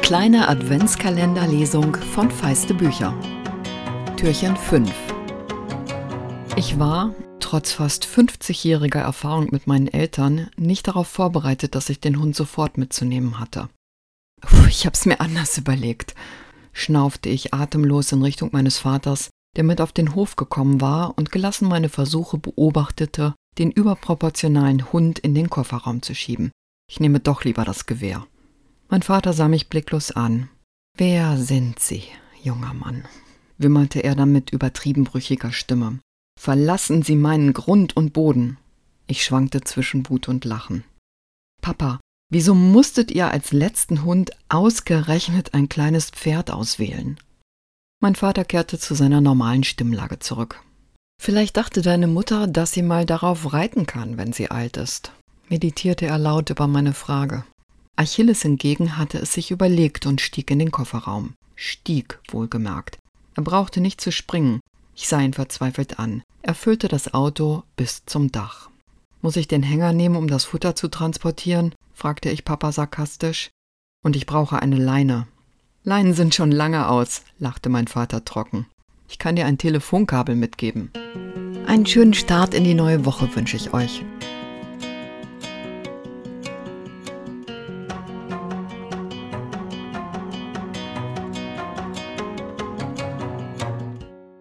kleine Adventskalenderlesung von Feiste Bücher. Türchen 5. Ich war, trotz fast 50-jähriger Erfahrung mit meinen Eltern, nicht darauf vorbereitet, dass ich den Hund sofort mitzunehmen hatte. Ich hab's mir anders überlegt, schnaufte ich atemlos in Richtung meines Vaters, der mit auf den Hof gekommen war und gelassen meine Versuche beobachtete, den überproportionalen Hund in den Kofferraum zu schieben. Ich nehme doch lieber das Gewehr. Mein Vater sah mich blicklos an. »Wer sind Sie, junger Mann?«, wimmerte er dann mit übertrieben brüchiger Stimme. »Verlassen Sie meinen Grund und Boden!« Ich schwankte zwischen Wut und Lachen. »Papa, wieso musstet ihr als letzten Hund ausgerechnet ein kleines Pferd auswählen?« Mein Vater kehrte zu seiner normalen Stimmlage zurück. »Vielleicht dachte deine Mutter, dass sie mal darauf reiten kann, wenn sie alt ist«, meditierte er laut über meine Frage. Achilles hingegen hatte es sich überlegt und stieg in den Kofferraum. Stieg, wohlgemerkt. Er brauchte nicht zu springen. Ich sah ihn verzweifelt an. Er füllte das Auto bis zum Dach. »Muss ich den Hänger nehmen, um das Futter zu transportieren?« fragte ich Papa sarkastisch. »Und ich brauche eine Leine.« »Leinen sind schon lange aus«, lachte mein Vater trocken. »Ich kann dir ein Telefonkabel mitgeben.« Einen schönen Start in die neue Woche wünsche ich euch.